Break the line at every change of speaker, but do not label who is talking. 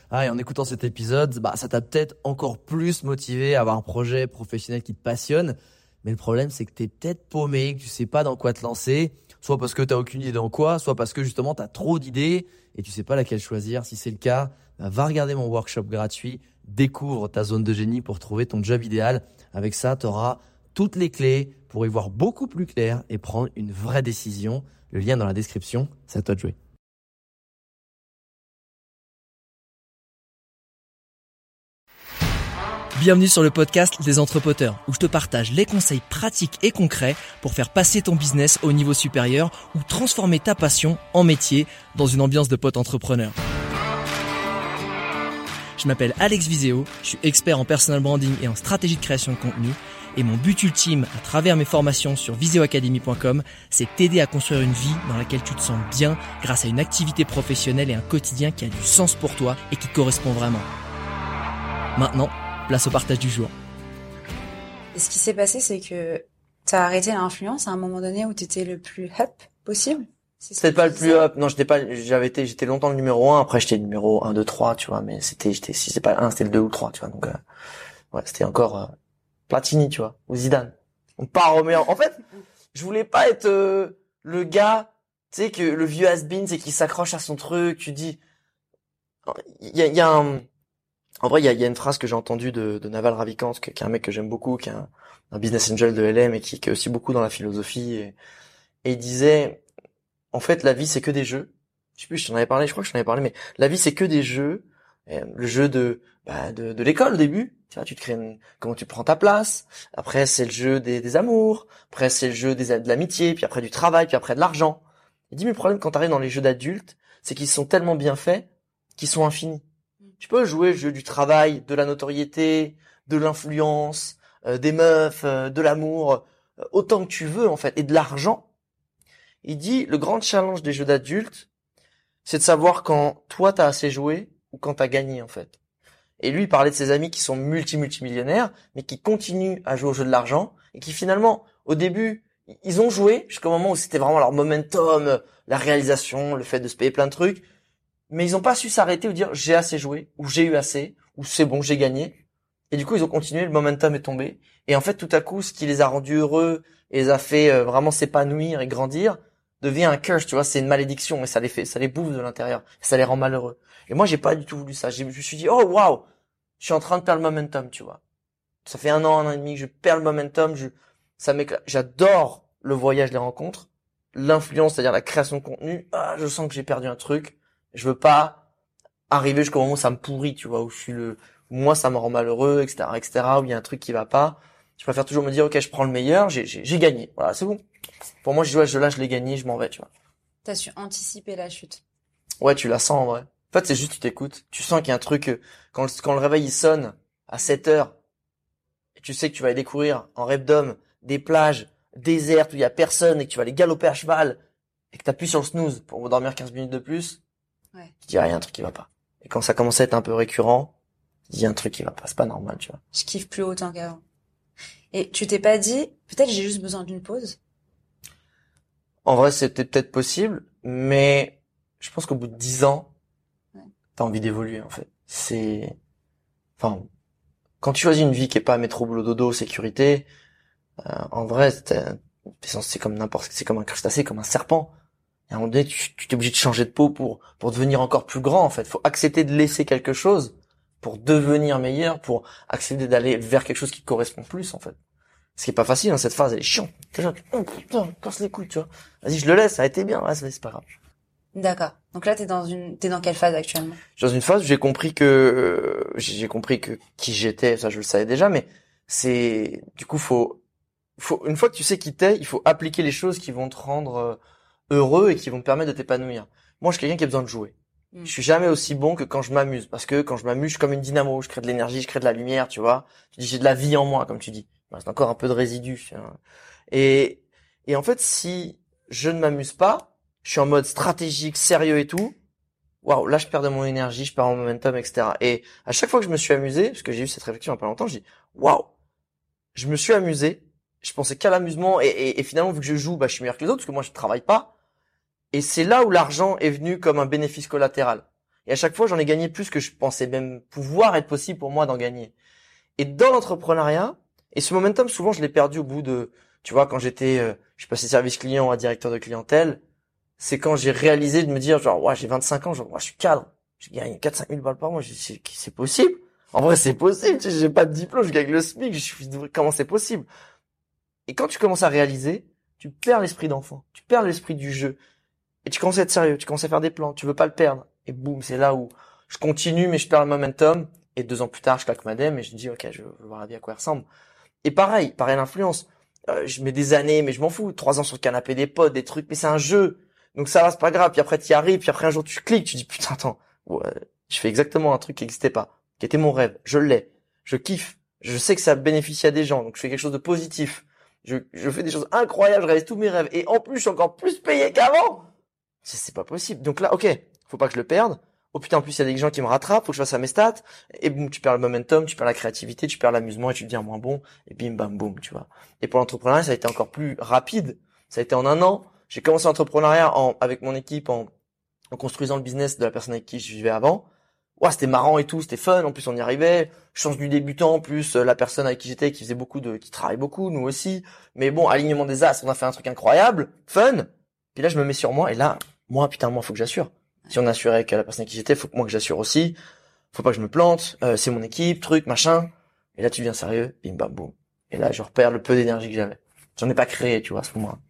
Ah, et en écoutant cet épisode, ça t'a peut-être encore plus motivé à avoir un projet professionnel qui te passionne. Mais le problème, c'est que t'es peut-être paumé, que tu sais pas dans quoi te lancer. Soit parce que t'as aucune idée dans quoi, soit parce que justement t'as trop d'idées et tu sais pas laquelle choisir. Si c'est le cas, va regarder mon workshop gratuit. Découvre ta zone de génie pour trouver ton job idéal. Avec ça, t'auras toutes les clés pour y voir beaucoup plus clair et prendre une vraie décision. Le lien dans la description, c'est à toi de jouer.
Bienvenue sur le podcast des Entrepoteurs, où je te partage les conseils pratiques et concrets pour faire passer ton business au niveau supérieur ou transformer ta passion en métier dans une ambiance de pote entrepreneur. Je m'appelle Alex Viseo, je suis expert en personal branding et en stratégie de création de contenu. Et mon but ultime, à travers mes formations sur viseoacademy.com, c'est t'aider à construire une vie dans laquelle tu te sens bien grâce à une activité professionnelle et un quotidien qui a du sens pour toi et qui correspond vraiment. Maintenant, place au partage du jour.
Et ce qui s'est passé, c'est que t'as arrêté l'influence à un moment donné où t'étais le plus up possible.
C'était pas le plus up. Non, j'étais longtemps le numéro 1. Après, j'étais le numéro 1, 2, 3, tu vois. Mais si c'est pas le 1, c'était le 2 ou le 3, tu vois. Donc, ouais, c'était encore, Platini, tu vois. Ou Zidane. On part au meilleur. En fait, je voulais pas être, le gars, tu sais, que le vieux has-been, c'est qui s'accroche à son truc. Tu dis, en vrai, il y a une phrase que j'ai entendue de Naval Ravikant, qui est un mec que j'aime beaucoup, qui est un business angel de LM et qui est aussi beaucoup dans la philosophie. Et il disait, en fait, la vie, c'est que des jeux. Je sais plus, je t'en avais parlé, je crois que je t'en avais parlé, mais la vie, c'est que des jeux. Le jeu de l'école au début. Tu vois, tu te crées comment tu prends ta place. Après, c'est le jeu des amours. Après, c'est le jeu de l'amitié. Puis après, du travail. Puis après, de l'argent. Il dit, mais le problème quand t'arrives dans les jeux d'adultes, c'est qu'ils sont tellement bien faits qu'ils sont infinis. Tu peux jouer le jeu du travail, de la notoriété, de l'influence, des meufs, de l'amour, autant que tu veux en fait, et de l'argent. Il dit, le grand challenge des jeux d'adultes, c'est de savoir quand toi t'as assez joué ou quand t'as gagné en fait. Et lui, il parlait de ses amis qui sont multimillionnaires, mais qui continuent à jouer au jeu de l'argent et qui finalement, au début, ils ont joué jusqu'au moment où c'était vraiment leur momentum, la réalisation, le fait de se payer plein de trucs. Mais ils ont pas su s'arrêter ou dire j'ai assez joué, ou j'ai eu assez, ou c'est bon, j'ai gagné. Et du coup, ils ont continué, le momentum est tombé. Et en fait, tout à coup, ce qui les a rendus heureux et les a fait vraiment s'épanouir et grandir, devient un curse, tu vois, c'est une malédiction et ça les bouffe de l'intérieur, ça les rend malheureux. Et moi, j'ai pas du tout voulu ça. Je me suis dit, oh waouh, je suis en train de perdre le momentum, tu vois. Ça fait un an et demi que je perds le momentum, ça m'éclate. J'adore le voyage, les rencontres, l'influence, c'est-à-dire la création de contenu. Ah, je sens que j'ai perdu un truc. Je veux pas arriver jusqu'au moment où ça me pourrit, tu vois, où moi ça me rend malheureux, etc., où il y a un truc qui va pas. Je préfère toujours me dire, ok, je prends le meilleur, j'ai gagné. Voilà, c'est bon. Pour moi, je l'ai gagné, je m'en vais, tu vois.
T'as su anticiper la chute.
Ouais, tu la sens en vrai. En fait, c'est juste, tu t'écoutes. Tu sens qu'il y a un truc, quand le réveil il sonne à 7 heures, et tu sais que tu vas aller découvrir en rêve d'homme des plages désertes où il y a personne et que tu vas aller galoper à cheval et que t'appuies sur le snooze pour dormir 15 minutes de plus.
Ouais.
Je dis, il y a un truc qui va pas. Et quand ça commence à être un peu récurrent, il y a un truc qui va pas. C'est pas normal, tu vois.
Je kiffe plus autant qu'avant. Et tu t'es pas dit, peut-être j'ai juste besoin d'une pause?
En vrai, c'était peut-être possible, mais je pense qu'au bout de 10 ans, t'as envie d'évoluer, en fait. Quand tu choisis une vie qui est pas métro, boulot, dodo, sécurité, en vrai, c'est comme un crustacé, comme un serpent. Et à un moment donné, tu t'es obligé de changer de peau pour devenir encore plus grand, en fait. Faut accepter de laisser quelque chose pour devenir meilleur, pour accepter d'aller vers quelque chose qui te correspond plus, en fait. Ce qui est pas facile, hein, cette phase, elle est chiante. Déjà, putain, casse les couilles, tu vois. Vas-y, je le laisse, ça a été bien, ouais, c'est pas grave.
D'accord. Donc là, t'es dans quelle phase actuellement?
Je suis dans une phase où j'ai compris que qui j'étais, ça je le savais déjà, mais du coup, une fois que tu sais qui t'es, il faut appliquer les choses qui vont te rendre heureux et qui vont te permettre de t'épanouir. Moi, je suis quelqu'un qui a besoin de jouer. Je suis jamais aussi bon que quand je m'amuse, parce que quand je m'amuse, je suis comme une dynamo, je crée de l'énergie, je crée de la lumière, tu vois. Tu dis, j'ai de la vie en moi, comme tu dis. Il reste encore un peu de résidus. Tu vois. Et en fait, si je ne m'amuse pas, je suis en mode stratégique, sérieux et tout, waouh, là je perds de mon énergie, je perds mon momentum, etc. Et à chaque fois que je me suis amusé, parce que j'ai eu cette réflexion il y a pas longtemps, je dis, waouh, je me suis amusé, je pensais qu'à l'amusement, et finalement, vu que je joue, je suis meilleur que les autres, parce que moi je travaille pas. Et c'est là où l'argent est venu comme un bénéfice collatéral. Et à chaque fois, j'en ai gagné plus que je pensais même pouvoir être possible pour moi d'en gagner. Et dans l'entrepreneuriat, et ce momentum, souvent, je l'ai perdu au bout de, tu vois, quand je suis passé service client à directeur de clientèle, c'est quand j'ai réalisé de me dire, genre, ouais, j'ai 25 ans, genre, moi, je suis cadre, je gagne 4-5 000 balles par mois, c'est possible. En vrai, c'est possible, tu sais, j'ai pas de diplôme, je gagne le SMIC, comment c'est possible? Et quand tu commences à réaliser, tu perds l'esprit d'enfant, tu perds l'esprit du jeu, et tu commences à être sérieux, tu commences à faire des plans, tu veux pas le perdre. Et boum, c'est là où je continue, mais je perds le momentum, et 2 ans plus tard, je claque ma dème, et je dis, ok, je veux voir la vie à quoi elle ressemble. Et pareil l'influence. Je mets des années, mais je m'en fous. 3 ans sur le canapé des potes, des trucs, mais c'est un jeu. Donc ça va, c'est pas grave. Puis après, t'y arrives, puis après un jour, tu cliques, tu dis, putain, attends, ouais, je fais exactement un truc qui n'existait pas, qui était mon rêve. Je l'ai. Je kiffe. Je sais que ça bénéficie à des gens. Donc je fais quelque chose de positif. Je fais des choses incroyables, je réalise tous mes rêves. Et en plus, je suis encore plus payé qu'avant. C'est pas possible. Donc là, ok, faut pas que je le perde. Oh putain, en plus, il y a des gens qui me rattrapent, faut que je fasse à mes stats. Et boum, tu perds le momentum, tu perds la créativité, tu perds l'amusement et tu deviens moins bon. Et bim, bam, boum, tu vois. Et pour l'entrepreneuriat, ça a été encore plus rapide. Ça a été en 1 an. J'ai commencé l'entrepreneuriat avec mon équipe en construisant le business de la personne avec qui je vivais avant. Ouais, c'était marrant et tout, c'était fun. En plus, on y arrivait. Chance du débutant, plus la personne avec qui j'étais, qui travaille beaucoup, nous aussi. Mais bon, alignement des as, on a fait un truc incroyable, fun. Puis là, je me mets sur moi et là, moi, faut que j'assure. Si on assurait avec la personne avec qui j'étais, faut que moi que j'assure aussi. Faut pas que je me plante. C'est mon équipe, truc, machin. Et là, tu deviens sérieux. Bim, bam, boum. Et là, je repère le peu d'énergie que j'avais. J'en ai pas créé, tu vois, à ce moment-là.